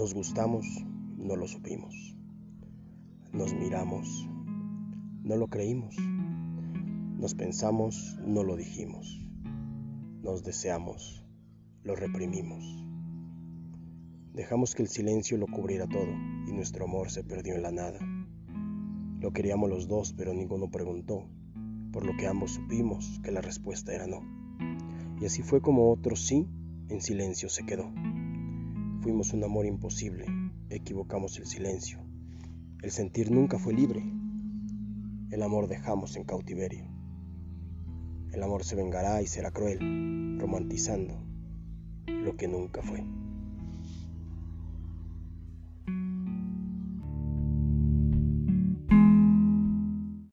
Nos gustamos, no lo supimos. Nos miramos, no lo creímos. Nos pensamos, no lo dijimos. Nos deseamos, lo reprimimos. Dejamos que el silencio lo cubriera todo y nuestro amor se perdió en la nada. Lo queríamos los dos, pero ninguno preguntó, por lo que ambos supimos que la respuesta era no. Y así fue como otro sí en silencio se quedó. Fuimos un amor imposible, equivocamos el silencio. El sentir nunca fue libre. El amor dejamos en cautiverio. El amor se vengará y será cruel, romantizando lo que nunca fue.